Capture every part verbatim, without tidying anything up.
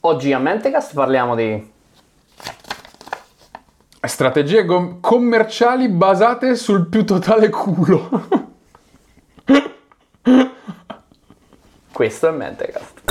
Oggi a Mentecast parliamo di strategie com- commerciali basate sul più totale culo. questo è Mentecast.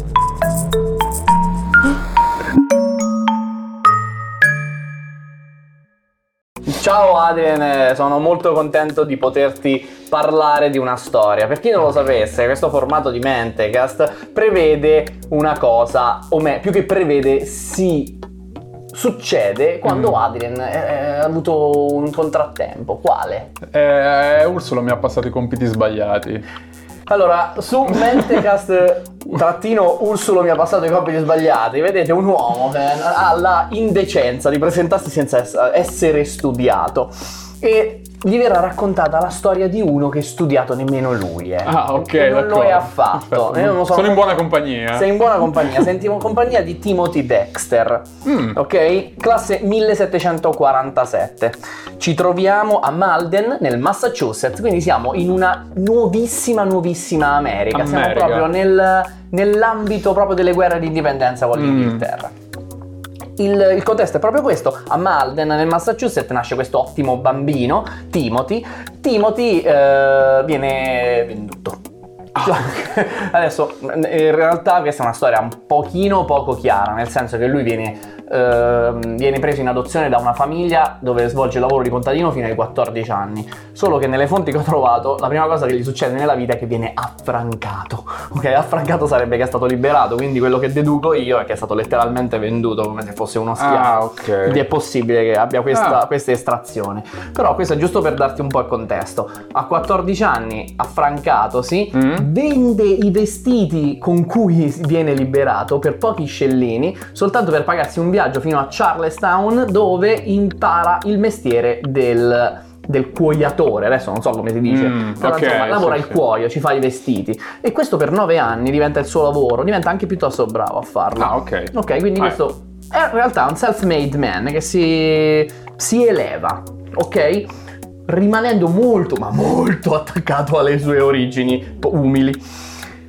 Ciao Adrien, sono molto contento di poterti parlare di una storia. Per chi non lo sapesse, questo formato di Mentecast prevede una cosa, o meglio, più che prevede, si succede quando Mm. Adrien ha avuto un contrattempo. Quale? Eh, Ursulo mi ha passato i compiti sbagliati. Allora, su Mentecast trattino Ursulo mi ha passato i compiti sbagliati, vedete un uomo che ha la indecenza di presentarsi senza ess- essere studiato e gli verrà raccontata la storia di uno che studiato nemmeno lui, eh. Ah, ok, E non lo d'accordo. è affatto. Perfetto. Io non Sono in buona compagnia. Sei in buona compagnia, senti in compagnia di Timothy Dexter, Mm. ok? Classe millesettecentoquarantasette. Ci troviamo a Malden, nel Massachusetts, quindi siamo in una nuovissima, nuovissima America. Siamo America. proprio nel, nell'ambito proprio delle guerre di indipendenza con Mm. l'Inghilterra. Il, il contesto è proprio questo: a Malden, nel Massachusetts, nasce questo ottimo bambino, Timothy. Timothy eh, viene venduto. Adesso, in realtà questa è una storia un pochino poco chiara, nel senso che lui viene, ehm, viene preso in adozione da una famiglia dove svolge il lavoro di contadino fino ai quattordici anni. Solo che nelle fonti che ho trovato, la prima cosa che gli succede nella vita è che viene affrancato. Ok, affrancato sarebbe che è stato liberato, quindi quello che deduco io è che è stato letteralmente venduto come se fosse uno schiavo. Ah, ok. Quindi è possibile che abbia questa, Ah. questa estrazione. Però questo è giusto per darti un po' il contesto. A quattordici anni, affrancatosi, Mm. vende i vestiti con cui viene liberato per pochi scellini, soltanto per pagarsi un viaggio fino a Charlestown, dove impara il mestiere del del cuoiatore. Adesso non so come si dice, Mm, però ok, insomma lavora sì, il sì. cuoio, ci fa i vestiti, e questo per nove anni diventa il suo lavoro, diventa anche piuttosto bravo a farlo. Ah, ok. Ok, quindi Ah, questo è in realtà un self-made man che si, si eleva, ok? Rimanendo molto, ma molto attaccato alle sue origini po- umili.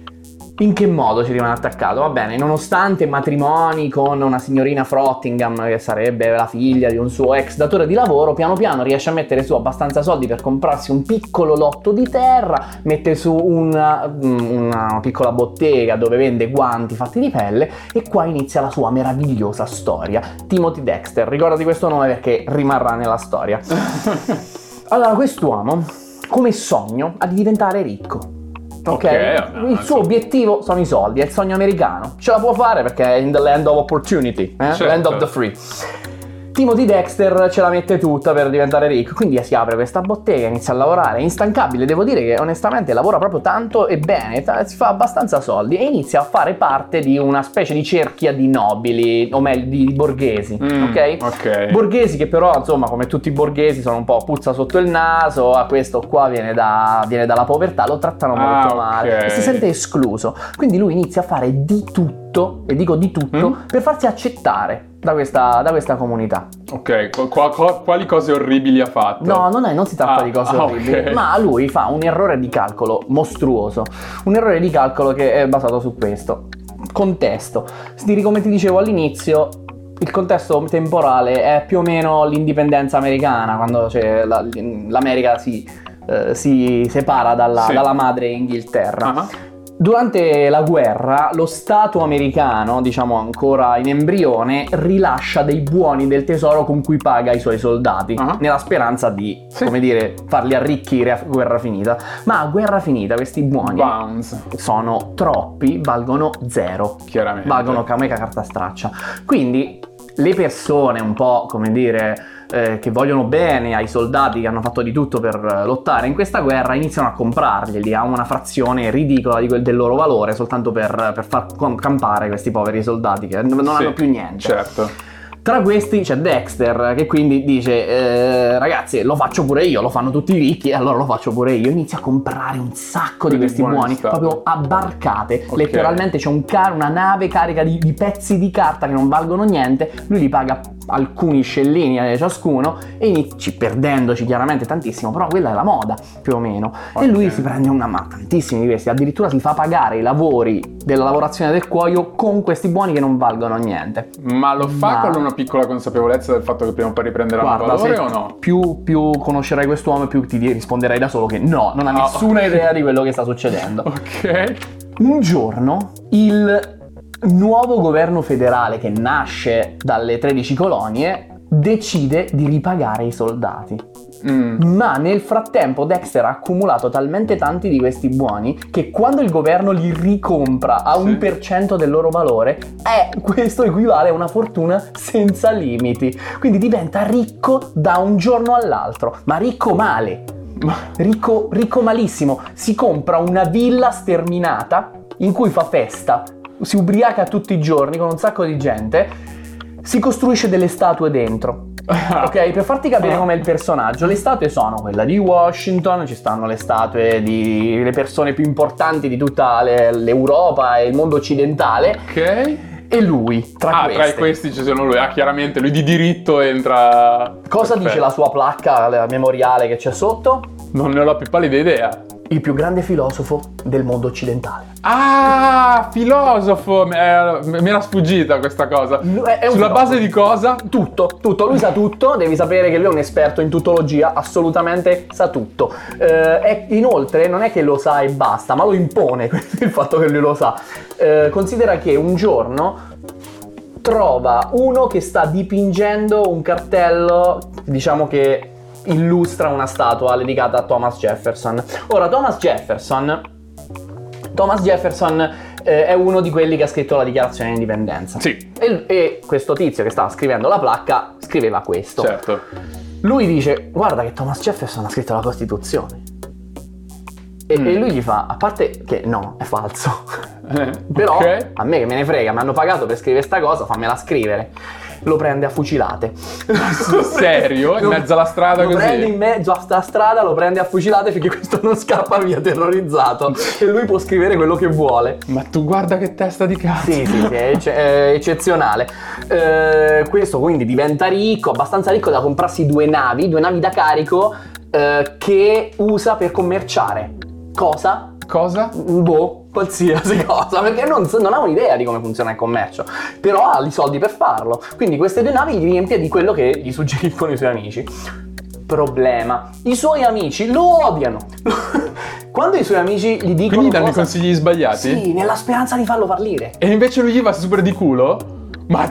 In che modo ci rimane attaccato? Va bene, nonostante matrimoni con una signorina Frottingham, che sarebbe la figlia di un suo ex datore di lavoro, piano piano riesce a mettere su abbastanza soldi per comprarsi un piccolo lotto di terra, mette su una, una piccola bottega dove vende guanti fatti di pelle, e qua inizia la sua meravigliosa storia. Timothy Dexter, ricordati questo nome perché rimarrà nella storia. Allora, quest'uomo, come sogno, ha di diventare ricco. Ok? Ok, Il suo obiettivo sono i soldi, è il sogno americano. Ce la può fare perché è in the land of opportunity, eh? Certo. Land of the free. Timothy Dexter ce la mette tutta per diventare ricco, quindi si apre questa bottega, inizia a lavorare, è instancabile, devo dire che onestamente lavora proprio tanto e bene, t- si fa abbastanza soldi e inizia a fare parte di una specie di cerchia di nobili, o meglio di borghesi, Mm, ok? ok. Borghesi che però, insomma, come tutti i borghesi, sono un po' puzza sotto il naso, a questo qua viene, da, viene dalla povertà, lo trattano Ah, molto male ok. e si sente escluso. Quindi lui inizia a fare di tutto, e dico di tutto, Mm? per farsi accettare da questa, da questa comunità. Ok, qu- qua- qua- quali cose orribili ha fatto? No, non, è, non si tratta Ah, di cose ah, orribili, ok. ma lui fa un errore di calcolo mostruoso. Un errore di calcolo che è basato su questo. Contesto. Di- Come ti dicevo all'inizio, il contesto temporale è più o meno l'indipendenza americana, quando c'è la- l'America si, eh, si separa dalla, Sì. dalla madre Inghilterra. Ah. Durante la guerra, lo Stato americano, diciamo ancora in embrione, rilascia dei buoni del tesoro con cui paga i suoi soldati, Ah. nella speranza di, Sì. come dire, farli arricchire a guerra finita. Ma a guerra finita questi buoni Bounce, sono troppi, valgono zero, chiaramente. valgono come carta straccia. Quindi le persone un po', come dire, eh, che vogliono bene ai soldati che hanno fatto di tutto per eh, lottare in questa guerra, iniziano a comprarglieli a una frazione ridicola di quel del loro valore, soltanto per, per far com- campare questi poveri soldati che non Sì, hanno più niente. Certo. Tra questi c'è Dexter, che quindi dice eh, ragazzi, lo faccio pure io, lo fanno tutti i ricchi e allora lo faccio pure io. Inizia a comprare un sacco di Quindi questi buoni buoni, di stato. proprio a barcate. Ok. Letteralmente c'è un car- una nave carica di, di pezzi di carta che non valgono niente, lui li paga alcuni scellini a ciascuno e inizi perdendoci chiaramente tantissimo, però quella è la moda più o meno. Okay. E lui si prende una ma tantissimi di questi, addirittura si fa pagare i lavori della lavorazione del cuoio con questi buoni che non valgono niente. Ma lo fa ma... con una piccola consapevolezza del fatto che prima o poi riprenderanno valore o no? Più, più conoscerai quest'uomo più ti risponderai da solo che no, non ha oh, nessuna okay. idea di quello che sta succedendo. Ok. Un giorno il nuovo governo federale che nasce dalle tredici colonie decide di ripagare i soldati. Mm. Ma nel frattempo Dexter ha accumulato talmente tanti di questi buoni che quando il governo li ricompra a sì. un per cento del loro valore, eh, questo equivale a una fortuna senza limiti. Quindi diventa ricco da un giorno all'altro, ma ricco male. Ricco, ricco malissimo. Si compra una villa sterminata in cui fa festa, si ubriaca tutti i giorni con un sacco di gente, si costruisce delle statue dentro. Ok, per farti capire com'è il personaggio, le statue sono quella di Washington, ci stanno le statue di le persone più importanti di tutta le, l'Europa e il mondo occidentale. Ok. E lui, tra ah, queste. tra questi ci sono lui, ah, chiaramente lui di diritto entra. Cosa Perfetto. dice la sua placca, la memoriale che c'è sotto? Non ne ho la più pallida idea. Il più grande filosofo del mondo occidentale. Ah, filosofo! Mi era sfuggita questa cosa. È Sulla filosofo. Base di cosa? Tutto, tutto. Lui sa tutto, devi sapere che lui è un esperto in tutologia, assolutamente sa tutto. Eh, e inoltre non è che lo sa e basta, ma lo impone il fatto che lui lo sa. Eh, considera che un giorno trova uno che sta dipingendo un cartello, diciamo che illustra una statua dedicata a Thomas Jefferson. Ora, Thomas Jefferson Thomas Jefferson eh, è uno di quelli che ha scritto la Dichiarazione di Indipendenza. Sì. E, e questo tizio che stava scrivendo la placca scriveva questo. Certo. Lui dice: guarda che Thomas Jefferson ha scritto la Costituzione. E, mm. e lui gli fa: a parte che no, è falso. Eh, però okay. a me che me ne frega, mi hanno pagato per scrivere sta cosa, fammela scrivere. Lo prende a fucilate. Serio? In mezzo alla strada lo così? Lo prende in mezzo a sta strada, lo prende a fucilate finché questo non scappa via terrorizzato e lui può scrivere quello che vuole. Ma tu guarda che testa di cazzo. Sì, sì, sì, è, ecce- è eccezionale. Eh, questo quindi diventa ricco, abbastanza ricco da comprarsi due navi, due navi da carico eh, che usa per commerciare. Cosa? Cosa? Boh, qualsiasi cosa, perché non, non ha un'idea di come funziona il commercio, però ha i soldi per farlo. Quindi queste due navi gli riempie di quello che gli suggeriscono i suoi amici. Problema: i suoi amici lo odiano. Quando i suoi amici gli dicono Quindi danno cosa, i consigli sbagliati? Sì, nella speranza di farlo fallire. E invece lui gli va super di culo? Ma...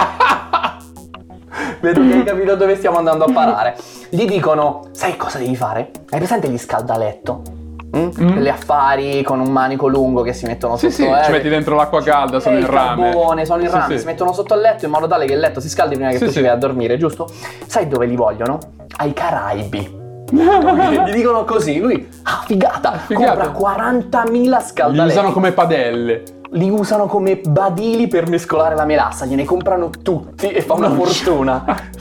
Vedo che hai capito dove stiamo andando a parare. Gli dicono: sai cosa devi fare? Hai presente gli scaldaletto? Mm? Mm. Le affari con un manico lungo che si mettono sì, sotto sì, eh, ci metti dentro l'acqua calda, sono il in rame carbone, sono in sì, rame, sì. si mettono sotto il letto in modo tale che il letto si scaldi prima che sì, tu sì. ci vai a dormire, giusto? Sai dove li vogliono? Ai Caraibi. Gli dicono così, lui, ah figata, figata. compra quarantamila scaldaletti. Li usano come padelle. Li usano come badili per mescolare la melassa, gliene comprano tutti e fa una no. fortuna.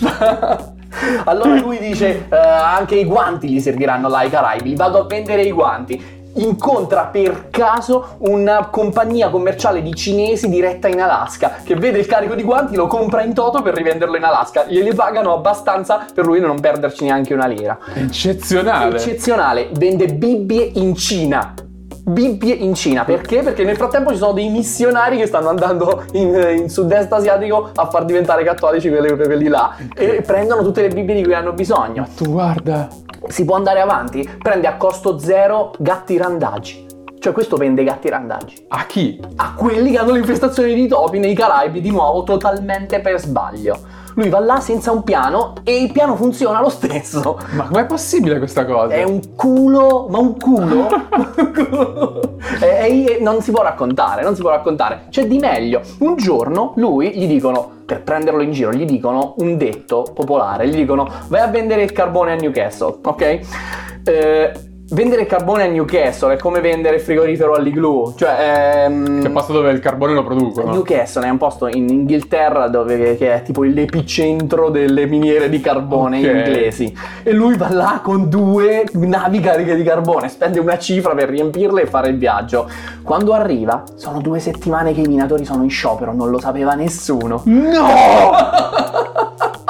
Allora lui dice eh, anche i guanti gli serviranno là ai Caraibi, vado a vendere i guanti. Incontra per caso una compagnia commerciale di cinesi diretta in Alaska che vede il carico di guanti, lo compra in toto per rivenderlo in Alaska, glieli pagano abbastanza per lui non perderci neanche una lira. Eccezionale. Eccezionale. Vende Bibbie in Cina. Bibbie in Cina, perché? Perché nel frattempo ci sono dei missionari che stanno andando in, in sud-est asiatico a far diventare cattolici quelli, quelli là e prendono tutte le Bibbie di cui hanno bisogno. Ma tu guarda, si può andare avanti, prende a costo zero gatti randagi. Cioè questo vende gatti randagi. A chi? A quelli che hanno l'infestazione di topi nei Caraibi, di nuovo totalmente per sbaglio. Lui va là senza un piano e il piano funziona lo stesso. Ma com'è possibile questa cosa? È un culo, ma un culo? e, e, non si può raccontare, non si può raccontare. C'è di meglio. Un giorno lui gli dicono, per prenderlo in giro, gli dicono un detto popolare, gli dicono vai a vendere il carbone a Newcastle, ok? Eh, vendere il carbone a Newcastle è come vendere il frigorifero all'Igloo, cioè ehm, che è un posto dove il carbone lo producono. Newcastle è un posto in Inghilterra dove che è tipo l'epicentro delle miniere di carbone okay. inglesi, e lui va là con due navi cariche di carbone, spende una cifra per riempirle e fare il viaggio. Quando arriva sono due settimane che i minatori sono in sciopero, non lo sapeva nessuno. No!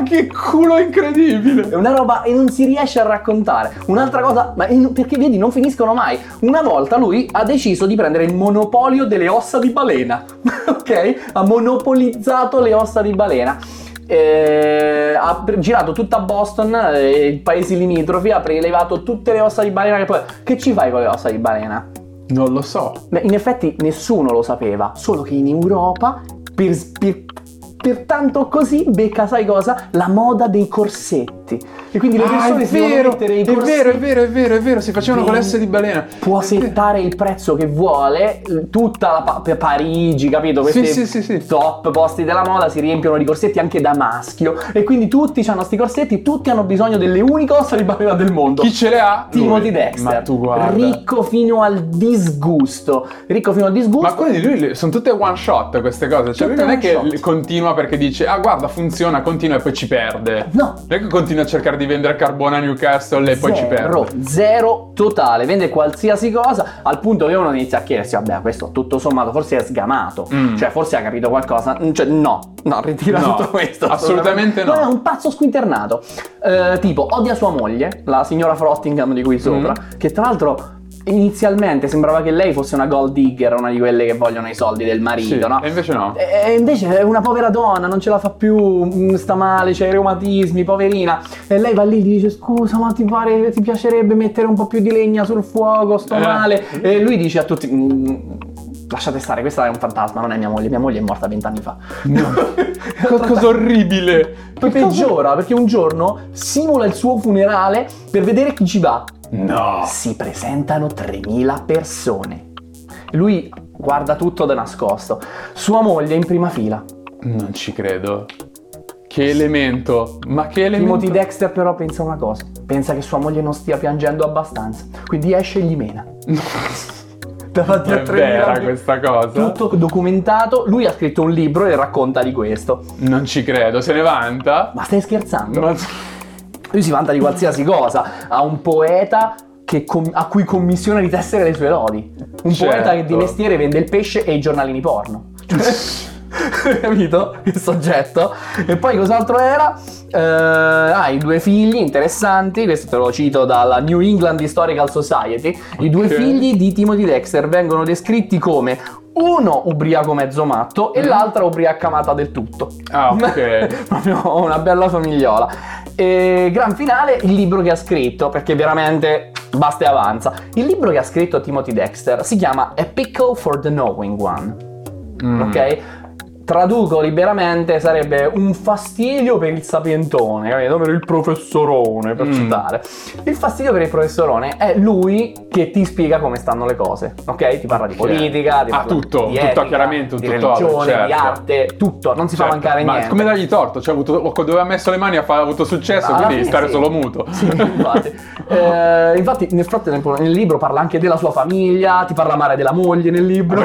che culo incredibile! È una roba e non si riesce a raccontare. Un'altra cosa, ma in, perché vedi, non finiscono mai. Una volta lui ha deciso di prendere il monopolio delle ossa di balena. Ok? Ha monopolizzato le ossa di balena. Eh, ha girato tutta Boston e i paesi limitrofi, ha prelevato tutte le ossa di balena che poi... Che ci fai con le ossa di balena? Non lo so. Beh, in effetti nessuno lo sapeva, solo che in Europa per, per, per tanto così becca, sai cosa? La moda dei corsetti. E quindi le persone ah, si devono mettere i è corsetti. vero, è vero, è vero, è vero, si facevano con le ossa di balena. Può settare il prezzo che vuole, tutta la pa- Parigi, capito? Questi sì, sì, sì, sì. top posti della moda si riempiono di corsetti anche da maschio. E quindi tutti hanno sti corsetti, tutti hanno bisogno delle uniche ossa di balena del mondo. Chi ce le ha? Timothy Dexter. Ma tu guarda. Ricco fino al disgusto. Ricco fino al disgusto. Ma quelli di lui sono tutte one shot queste cose. Cioè, lui Tutte non è one che shot. continua perché dice, ah guarda, funziona, continua e poi ci perde. No. Non è che continua a cercare di vendere carbone a Newcastle e poi ci Zero, perde. zero totale, vende qualsiasi cosa al punto che uno inizia a chiedersi, vabbè, questo tutto sommato forse è sgamato, Mm. cioè forse ha capito qualcosa, cioè no, no, ritira No, tutto questo. assolutamente no. No, è un pazzo squinternato, eh, tipo odia sua moglie, la signora Frottingham di qui sopra, Mm. che tra l'altro inizialmente sembrava che lei fosse una gold digger, una di quelle che vogliono i soldi del marito, Sì, no? e invece no. E invece è una povera donna, non ce la fa più, mm, sta male, c'ha i reumatismi, poverina. E lei va lì e gli dice, scusa, ma ti pare, ti piacerebbe mettere un po' più di legna sul fuoco, sto Eh. male. E lui dice a tutti, "Mm, lasciate stare, questa è un fantasma, non è mia moglie, mia moglie è morta vent'anni fa." No. Co- cosa orribile. Poi peggiora, perché un giorno simula il suo funerale per vedere chi ci va. No. Si presentano tremila persone. Lui guarda tutto da nascosto. Sua moglie in prima fila. Non ci credo. Che elemento. Ma che elemento. Timothy Dexter però pensa una cosa. Pensa che sua moglie non stia piangendo abbastanza. Quindi esce e gli mena. Davanti a È tremila vera persone. questa cosa. Tutto documentato. Lui ha scritto un libro e racconta di questo. Non ci credo. Se ne vanta. Ma stai scherzando? Ma... Lui si vanta di qualsiasi cosa. Ha un poeta che com- a cui commissiona di tessere le sue lodi. Un Certo. poeta che di mestiere vende il pesce e i giornalini porno. Capito? Il soggetto. E poi cos'altro era? Eh, ah, i due figli interessanti. Questo te lo cito dalla New England Historical Society. I due Ok. figli di Timothy Dexter vengono descritti come uno ubriaco mezzo matto e Mm. l'altra ubriacamata del tutto. Ah, ok. Proprio una bella famigliola. E gran finale, il libro che ha scritto, perché veramente basta e avanza. Il libro che ha scritto Timothy Dexter si chiama A Pickle for the Knowing One. Mm. Ok? Traduco liberamente, sarebbe un fastidio per il sapientone, capito? Per il professorone, per Mm. citare. Il fastidio per il professorone è lui che ti spiega come stanno le cose, ok? Ti parla di politica, ti Ah, parla tutto, di tutto etica, chiaramente, un di tutt'ora, religione, di certo. arte, tutto, non si fa Certo, mancare ma niente. come dargli torto? Cioè, ha avuto, dove ha messo le mani ha, fa- ha avuto successo, Alla quindi fine stare sì. solo muto. Sì, infatti. Eh, infatti nel frattempo nel libro parla anche della sua famiglia, ti parla male della moglie nel libro.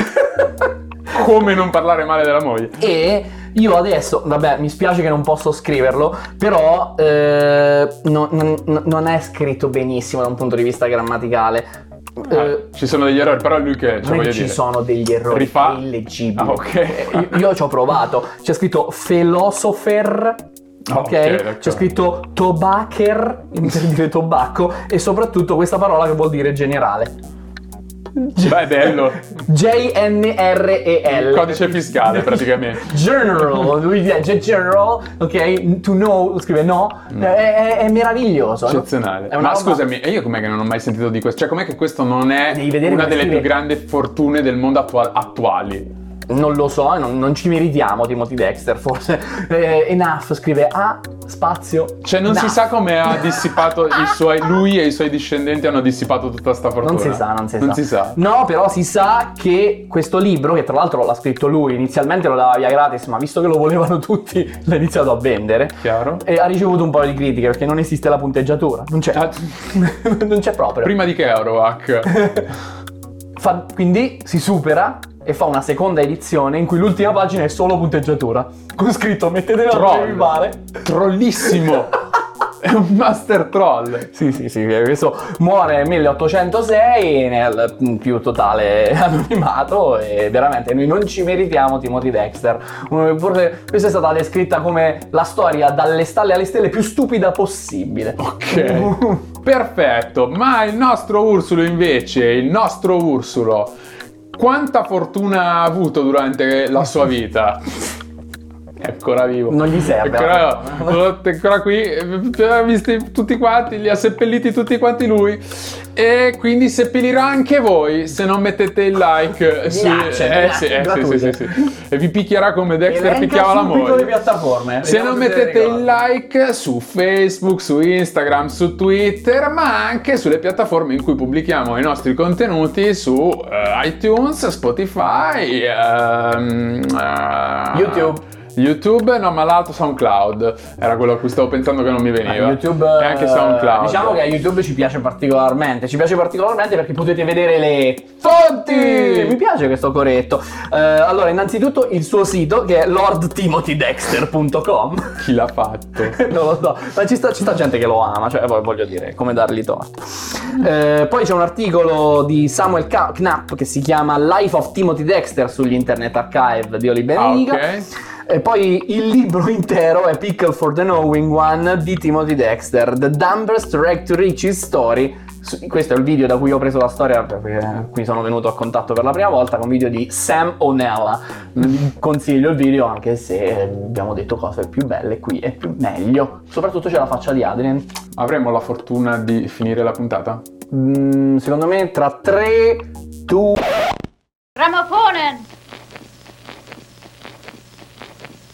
Come non parlare male della moglie? E io adesso, vabbè, mi spiace che non posso scriverlo, però eh, non, non- non è scritto benissimo da un punto di vista grammaticale. Ah, Eh, ci sono degli errori, però lui che, cioè, non è voglio che ci dire. sono degli errori, Rifà- è illeggibile. Ah, ok. Eh, Io, io ci ho provato, c'è scritto philosopher, Ah, ok? ok, d'accordo. C'è scritto tobacker, per dire tobacco, e soprattutto questa parola che vuol dire generale. Beh, è bello. J N R E L. Codice fiscale, praticamente. General, lui dice general, ok? To know, scrive no, Mm. è, è- è meraviglioso. no? Eccezionale. È una Ma roba- scusami, e io com'è che non ho mai sentito di questo? Cioè, com'è che questo non è Devi vedere una come delle scrive. più grandi fortune del mondo attua- attuali? Non lo so, non, non ci meritiamo Timothy Dexter, forse. Eh, enough, scrive A, spazio. Cioè, non si enough. sa come ha dissipato i suoi. Lui e i suoi discendenti hanno dissipato tutta sta fortuna. Non si sa, non si Non sa. si sa. No, però si sa che questo libro, che tra l'altro l'ha scritto lui, inizialmente lo dava via gratis, ma visto che lo volevano tutti, l'ha iniziato a vendere. Chiaro? E ha ricevuto un po' di critiche perché non esiste la punteggiatura. Non c'è. Ah, non c'è proprio. prima di che Eurohack? Fa- quindi si supera e fa una seconda edizione in cui l'ultima pagina è solo punteggiatura. Con scritto mettetelo dove vi Troll. pare. Trollissimo. È un master troll. Sì, sì, sì, questo muore nel milleottocentosei nel più totale anonimato e veramente noi non ci meritiamo Timothy Dexter. Forse questa è stata descritta come la storia dalle stalle alle stelle più stupida possibile. Ok, perfetto. Ma il nostro Ursulo invece, il nostro Ursulo, quanta fortuna ha avuto durante la sua vita? È ancora vivo. Non gli serve. È ancora, è ancora qui, li ha visti tutti quanti, li ha seppelliti tutti quanti lui. E quindi seppellirà anche voi se non mettete il like. Su, Minacce, eh, sì, eh, sì, sì, sì, sì. E vi picchierà come Dexter Elenca picchiava la subito moglie. le piattaforme. Se non mettete il like su Facebook, su Instagram, su Twitter, ma anche sulle piattaforme in cui pubblichiamo i nostri contenuti su uh, iTunes, Spotify, um, uh, YouTube. YouTube, no, ma l'altro SoundCloud era quello a cui stavo pensando che non mi veniva. Ah, YouTube, e anche SoundCloud. Diciamo che a YouTube ci piace particolarmente. Ci piace particolarmente perché potete vedere le fonti. Mi piace questo corretto. Uh, allora, innanzitutto il suo sito che è lord timothy dexter punto com. Chi l'ha fatto? Non lo so, ma ci sta, ci sta gente che lo ama, cioè voglio dire, come dargli torto. Uh, poi c'è un articolo di Samuel Knapp che si chiama Life of Timothy Dexter sugli Internet Archive di Oli Benedica. Ah, ok. E poi il libro intero è Pickle for the Knowing One di Timothy Dexter, The Dumbest Rag to Riches Story. Questo è il video da cui ho preso la storia, perché qui sono venuto a contatto per la prima volta, con un video di Sam O'Nella. Consiglio il video anche se abbiamo detto cose più belle qui e più meglio. Soprattutto c'è la faccia di Adrian. Avremo la fortuna di finire la puntata? Mm, secondo me tra tre, due...